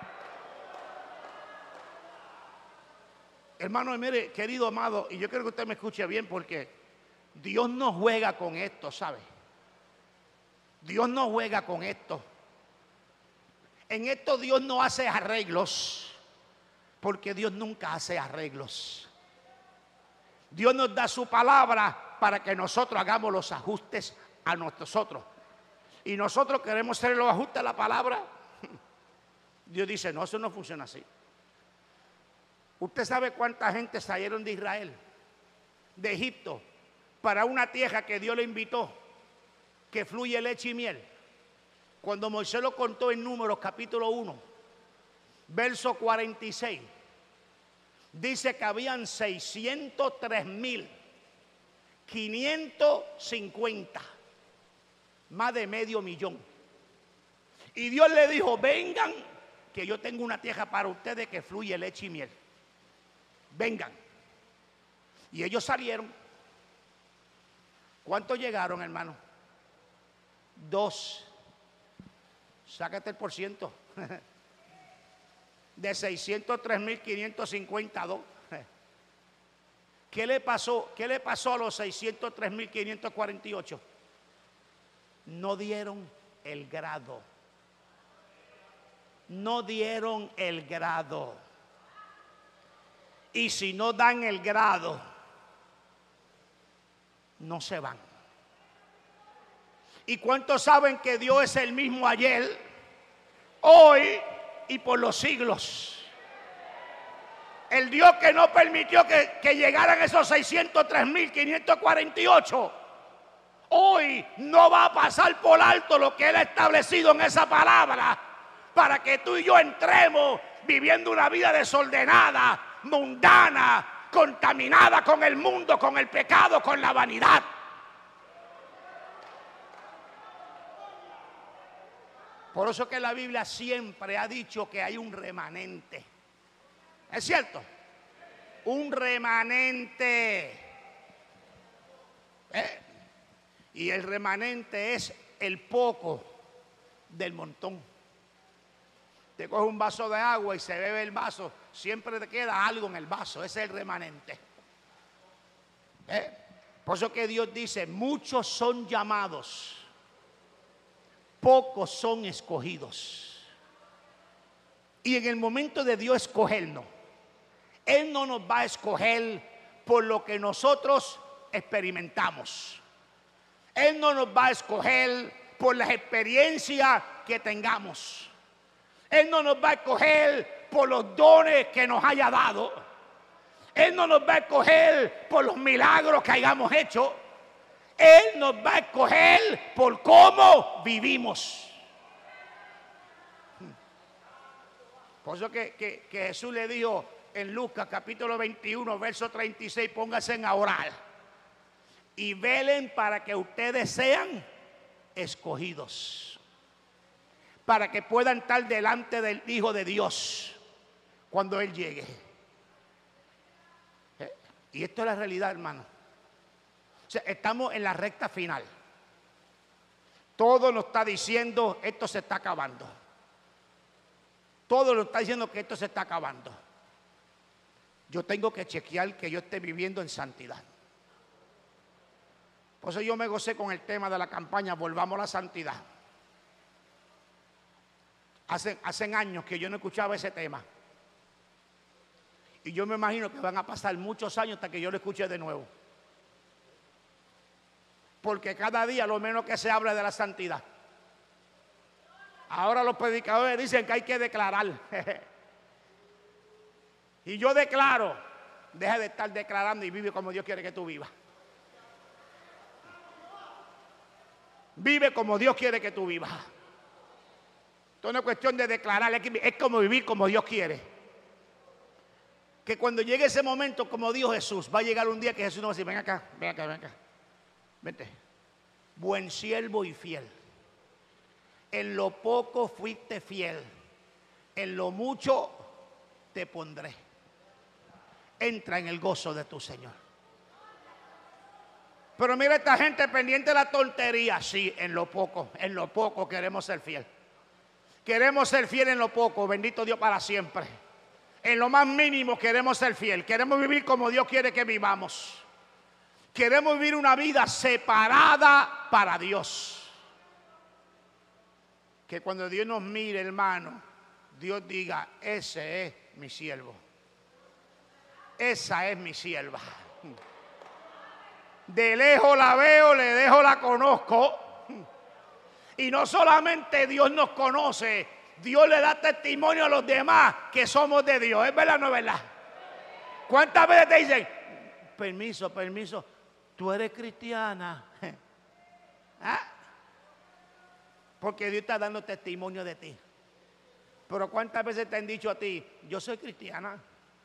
Hermano, mire, querido amado, y yo quiero que usted me escuche bien, porque Dios no juega con esto, ¿sabe? Dios no juega con esto. En esto Dios no hace arreglos, porque Dios nunca hace arreglos. Dios nos da su palabra para que nosotros hagamos los ajustes a nosotros. Y nosotros queremos hacer los ajustes a la palabra. Dios dice, no, eso no funciona así. ¿Usted sabe cuánta gente salieron de Israel, de Egipto, para una tierra que Dios le invitó, que fluye leche y miel? Cuando Moisés lo contó en Números capítulo 1, verso 46, dice que habían 603,550, más de 500,000. Y Dios le dijo, vengan, que yo tengo una tierra para ustedes que fluye leche y miel. Vengan. Y ellos salieron. ¿Cuántos llegaron, hermano? 2. Sácate el porciento. De 603,552. ¿Qué le pasó a los 603.548? No dieron el grado. No dieron el grado. Y si no dan el grado, no se van. ¿Y cuántos saben que Dios es el mismo ayer, hoy y por los siglos? El Dios que no permitió que llegaran esos 603.548, hoy no va a pasar por alto lo que Él ha establecido en esa palabra, para que tú y yo entremos viviendo una vida desordenada, mundana, contaminada con el mundo, con el pecado, con la vanidad. Por eso que la Biblia siempre ha dicho que hay un remanente. ¿Es cierto? Un remanente. Y el remanente es el poco del montón. Te coge un vaso de agua y se bebe el vaso, siempre te queda algo en el vaso. Ese es el remanente. Por eso que Dios dice: muchos son llamados, pocos son escogidos. Y en el momento de Dios escogernos, Él no nos va a escoger por lo que nosotros experimentamos. Él no nos va a escoger por las experiencias que tengamos. Él no nos va a escoger por los dones que nos haya dado. Él no nos va a escoger por los milagros que hayamos hecho. Él nos va a escoger por cómo vivimos. Por eso que Jesús le dijo en Lucas capítulo 21, verso 36, pónganse a orar y velen para que ustedes sean escogidos, para que puedan estar delante del Hijo de Dios cuando Él llegue. Y esto es la realidad, hermano. O sea, estamos en la recta final. Todo nos está diciendo: esto se está acabando. Todo nos está diciendo que esto se está acabando. Yo tengo que chequear que yo esté viviendo en santidad. Por eso yo me gocé con el tema de la campaña Volvamos a la Santidad. Hace años que yo no escuchaba ese tema. Y yo me imagino que van a pasar muchos años hasta que yo lo escuche de nuevo. Porque cada día lo menos que se habla de la santidad. Ahora los predicadores dicen que hay que declarar. Y yo declaro: deja de estar declarando y vive como Dios quiere que tú vivas. Vive como Dios quiere que tú vivas. Esto no es cuestión de declarar, es como vivir como Dios quiere. Que cuando llegue ese momento, como dijo Jesús, va a llegar un día que Jesús nos va a decir: ven acá, ven acá, ven acá. Vete. Buen siervo y fiel. En lo poco fuiste fiel, en lo mucho te pondré. Entra en el gozo de tu Señor. Pero mira esta gente pendiente de la tontería. Sí, en lo poco queremos ser fiel. Queremos ser fiel en lo poco, bendito Dios para siempre. En lo más mínimo queremos ser fiel. Queremos vivir como Dios quiere que vivamos. Queremos vivir una vida separada para Dios. Que cuando Dios nos mire, hermano, Dios diga: ese es mi siervo. Esa es mi sierva. De lejos la veo, de lejos la conozco. Y no solamente Dios nos conoce, Dios le da testimonio a los demás que somos de Dios. ¿Es verdad o no es verdad? ¿Cuántas veces te dicen: permiso, permiso, tú eres cristiana? ¿Ah? Porque Dios está dando testimonio de ti. Pero ¿cuántas veces te han dicho a ti: yo soy cristiana?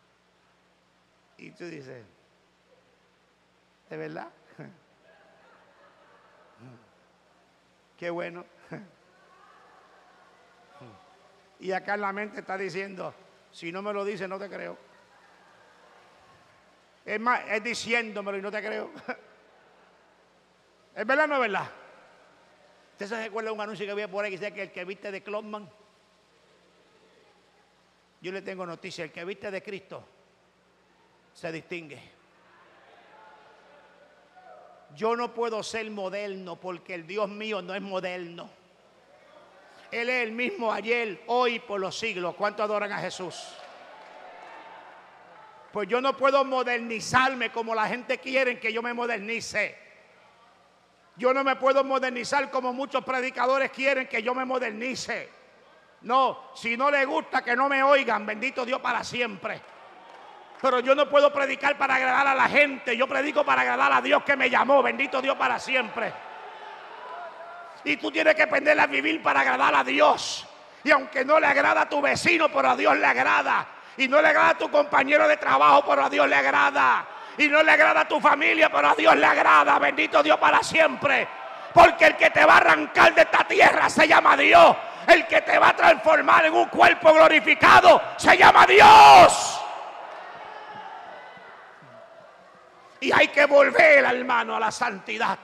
Y tú dices: ¿de verdad? Qué bueno. Y acá en la mente está diciendo: si no me lo dices, no te creo. Es más, es diciéndomelo y no te creo. ¿Es verdad o no es verdad? ¿Usted se recuerda un anuncio que había por ahí que decía que el que viste de Clubman? Yo le tengo noticia: el que viste de Cristo se distingue. Yo no puedo ser moderno porque el Dios mío no es moderno. Él es el mismo ayer, hoy, por los siglos. ¿Cuánto adoran a Jesús? Pues yo no puedo modernizarme como la gente quiere que yo me modernice. Yo no me puedo modernizar como muchos predicadores quieren que yo me modernice. No, si no les gusta que no me oigan, bendito Dios para siempre. Pero yo no puedo predicar para agradar a la gente. Yo predico para agradar a Dios que me llamó, bendito Dios para siempre. Y tú tienes que aprender a vivir para agradar a Dios. Y aunque no le agrada a tu vecino, pero a Dios le agrada. Y no le agrada a tu compañero de trabajo, pero a Dios le agrada. Y no le agrada a tu familia, pero a Dios le agrada. Bendito Dios para siempre. Porque el que te va a arrancar de esta tierra se llama Dios. El que te va a transformar en un cuerpo glorificado se llama Dios. Y hay que volver, hermano, a la santidad.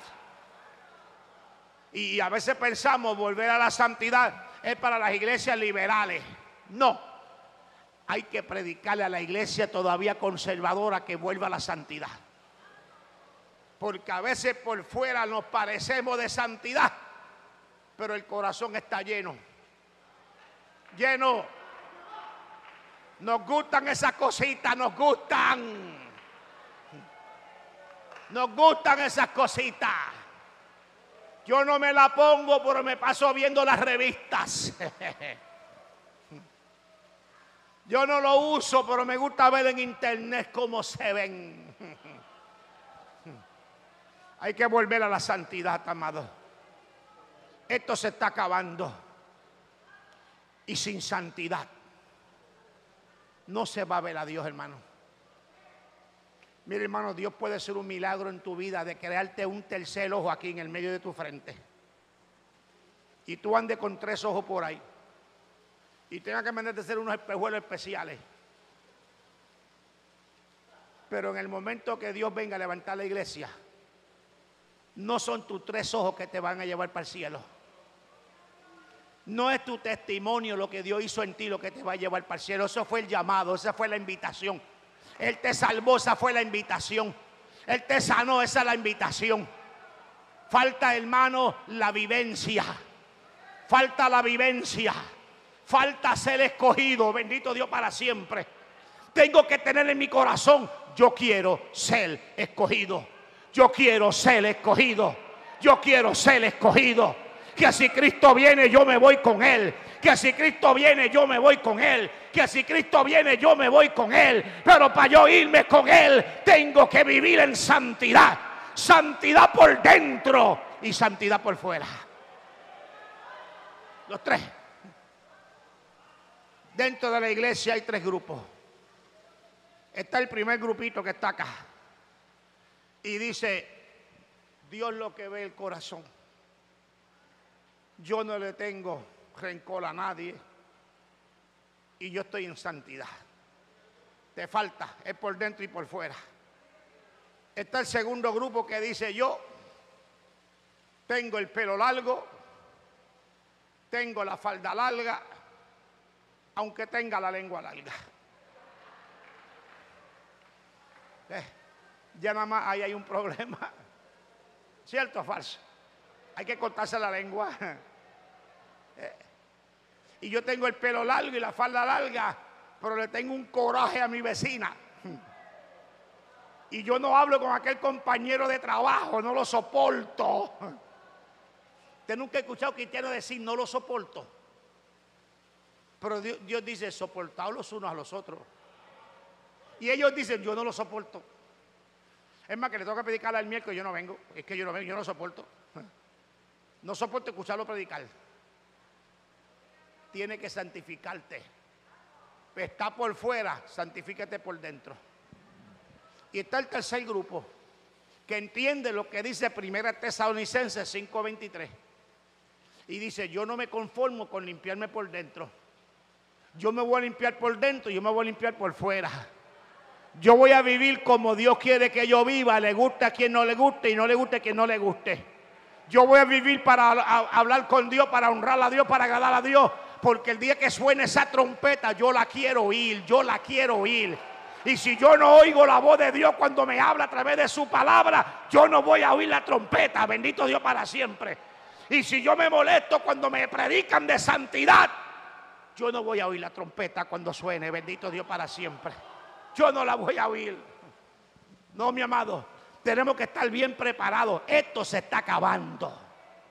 Y a veces pensamos volver a la santidad es para las iglesias liberales. No. Hay que predicarle a la iglesia todavía conservadora que vuelva a la santidad. Porque a veces por fuera nos parecemos de santidad, pero el corazón está lleno. Lleno. Nos gustan esas cositas, nos gustan. Nos gustan esas cositas. Yo no me la pongo, pero me paso viendo las revistas. Yo no lo uso, pero me gusta ver en internet cómo se ven. Hay que volver a la santidad, amado. Esto se está acabando. Y sin santidad no se va a ver a Dios, hermano. Mire, hermano, Dios puede hacer un milagro en tu vida de crearte un tercer ojo aquí en el medio de tu frente. Y tú andes con 3 ojos por ahí. Y tengas que mandarte a hacer unos espejuelos especiales. Pero en el momento que Dios venga a levantar la iglesia, no son tus 3 ojos que te van a llevar para el cielo. No es tu testimonio lo que Dios hizo en ti lo que te va a llevar para el cielo. Eso fue el llamado, esa fue la invitación. Él te salvó, esa fue la invitación. Él te sanó, esa es la invitación. Falta, hermano, la vivencia. Falta la vivencia. Falta ser escogido, bendito Dios para siempre. Tengo que tener en mi corazón, yo quiero ser escogido. Yo quiero ser escogido. Yo quiero ser escogido. Que si Cristo viene, yo me voy con Él. Que si Cristo viene, yo me voy con Él. Que si Cristo viene, yo me voy con Él. Pero para yo irme con Él, tengo que vivir en santidad. Santidad por dentro y santidad por fuera. Los 3. Dentro de la iglesia hay 3 grupos. Está el primer grupito que está acá. Y dice, Dios lo que ve el corazón. Yo no le tengo rencor a nadie. Y yo estoy en santidad. Te falta, es por dentro y por fuera. Está el segundo grupo que dice, yo tengo el pelo largo, tengo la falda larga, aunque tenga la lengua larga. Ya nada más ahí hay un problema. ¿Cierto o falso? Hay que cortarse la lengua. Y yo tengo el pelo largo y la falda larga, pero le tengo un coraje a mi vecina. Y yo no hablo con aquel compañero de trabajo, no lo soporto. Usted nunca ha escuchado a cristianos decir, no lo soporto. Pero Dios dice, soportaos los unos a los otros. Y ellos dicen, yo no lo soporto. Es más, que le tengo que predicar al miércoles, yo no vengo. Es que yo no vengo, yo no soporto. No soporto escucharlo predicar. Tiene que santificarte. Está por fuera, santifícate por dentro. Y está el tercer grupo, que entiende lo que dice 1 Tesalonicenses 5:23. Y dice, yo no me conformo con limpiarme por dentro. Yo me voy a limpiar por dentro y yo me voy a limpiar por fuera. Yo voy a vivir como Dios quiere que yo viva. Le guste a quien no le guste y no le guste a quien no le guste. Yo voy a vivir para hablar con Dios, para honrar a Dios, para agradar a Dios. Porque el día que suene esa trompeta, yo la quiero oír, yo la quiero oír. Y si yo no oigo la voz de Dios cuando me habla a través de su palabra, yo no voy a oír la trompeta. Bendito Dios para siempre. Y si yo me molesto cuando me predican de santidad, yo no voy a oír la trompeta cuando suene. Bendito Dios para siempre. Yo no la voy a oír. No, mi amado, tenemos que estar bien preparados. Esto se está acabando.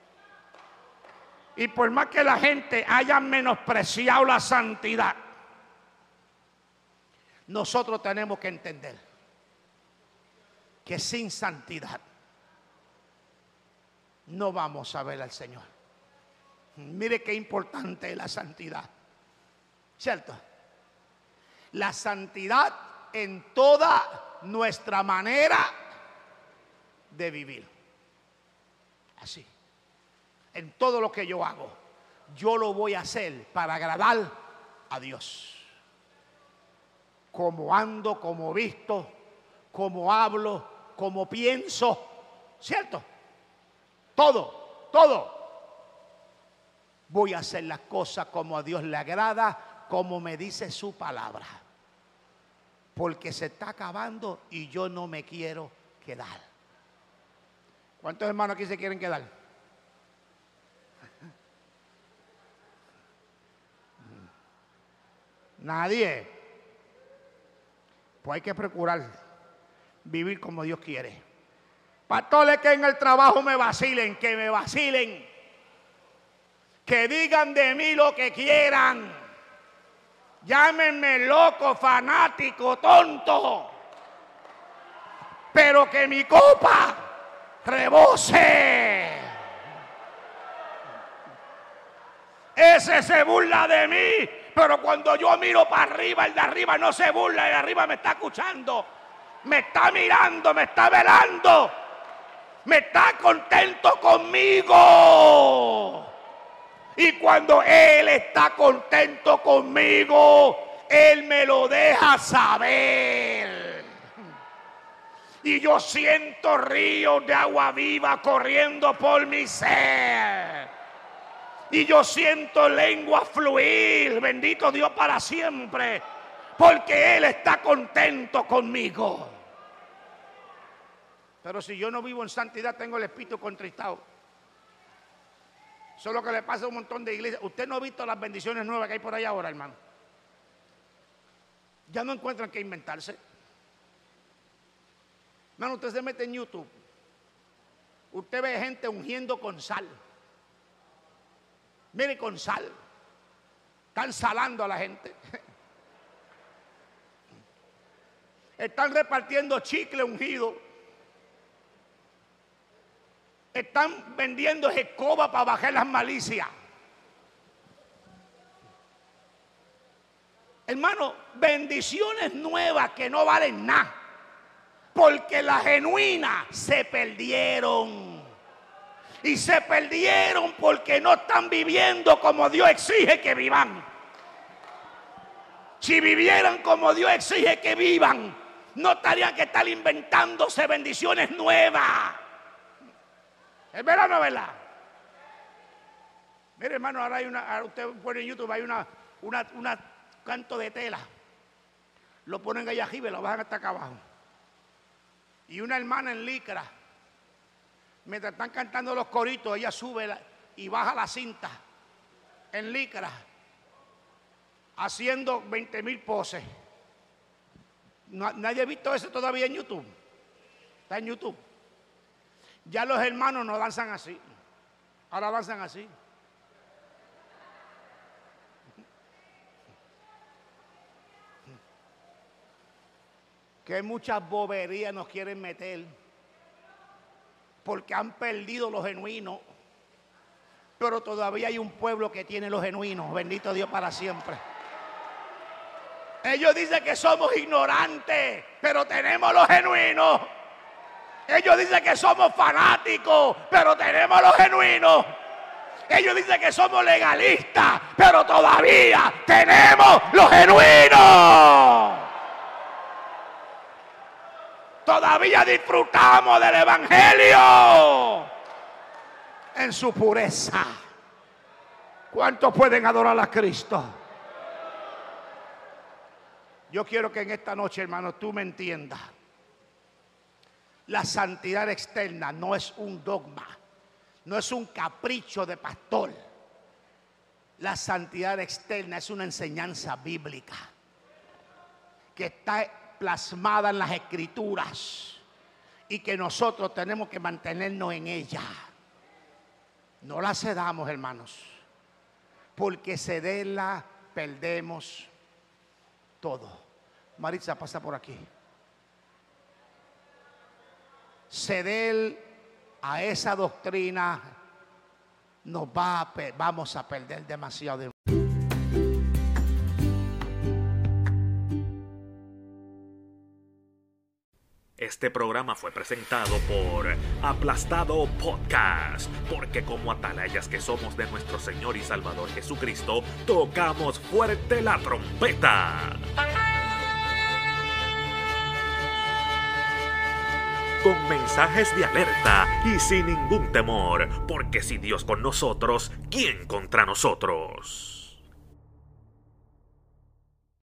Y por más que la gente haya menospreciado la santidad, nosotros tenemos que entender que sin santidad no vamos a ver al Señor. Mire qué importante es la santidad, ¿cierto? La santidad en toda nuestra manera de vivir. Así. En todo lo que yo hago, yo lo voy a hacer para agradar a Dios. Como ando, como visto, como hablo, como pienso, ¿cierto? Todo. Voy a hacer las cosas como a Dios le agrada, como me dice su palabra. Porque se está acabando y yo no me quiero quedar. ¿Cuántos hermanos aquí se quieren quedar? Nadie. Pues hay que procurar vivir como Dios quiere. Pastores que en el trabajo me vacilen, que me vacilen. Que digan de mí lo que quieran. Llámenme loco, fanático, tonto. Pero que mi copa rebose. Ese se burla de mí. Pero cuando yo miro para arriba, el de arriba no se burla, el de arriba me está escuchando, me está mirando, me está velando, me está contento conmigo. Y cuando Él está contento conmigo, Él me lo deja saber. Y yo siento ríos de agua viva corriendo por mi ser. Y yo siento lengua fluir, bendito Dios para siempre, porque Él está contento conmigo. Pero si yo no vivo en santidad, tengo el espíritu contristado. Eso es lo que le pasa a un montón de iglesias. Usted no ha visto las bendiciones nuevas que hay por ahí ahora, hermano. Ya no encuentran qué inventarse. Hermano, usted se mete en YouTube. Usted ve gente ungiendo con sal. Mire, con sal. Están salando a la gente. Están repartiendo chicle ungido. Están vendiendo escoba para bajar las malicias. Hermano, bendiciones nuevas que no valen nada. Porque las genuinas se perdieron. Y se perdieron porque no están viviendo como Dios exige que vivan. Si vivieran como Dios exige que vivan, no estarían que estar inventándose bendiciones nuevas. ¿Es verdad o no es verdad? Mire, hermano, ahora hay ahora usted pone en YouTube, hay una canto de tela. Lo ponen allá arriba y lo bajan hasta acá abajo. Y una hermana en licra, mientras están cantando los coritos, ella sube y baja la cinta en licra, haciendo 20,000 poses. Nadie ha visto eso todavía en YouTube. Está en YouTube. Ya los hermanos no danzan así. Ahora danzan así. Que muchas boberías nos quieren meter. Porque han perdido lo genuino. Pero todavía hay un pueblo que tiene lo genuino. Bendito Dios para siempre. Ellos dicen que somos ignorantes, pero tenemos lo genuino. Ellos dicen que somos fanáticos, pero tenemos lo genuino. Ellos dicen que somos legalistas, pero todavía tenemos lo genuino. Todavía disfrutamos del evangelio en su pureza. ¿Cuántos pueden adorar a Cristo? Yo quiero que en esta noche, hermano, tú me entiendas. La santidad externa no es un dogma, no es un capricho de pastor. La santidad externa es una enseñanza bíblica que está plasmada en las Escrituras y que nosotros tenemos que mantenernos en ella. No la cedamos, hermanos, porque cederla perdemos todo. Maritza, pasa por aquí. Ceder a esa doctrina vamos a perder demasiado. Este programa fue presentado por Aplastado Podcast, porque como atalayas que somos de nuestro Señor y Salvador Jesucristo, tocamos fuerte la trompeta. Con mensajes de alerta y sin ningún temor, porque si Dios con nosotros, ¿quién contra nosotros?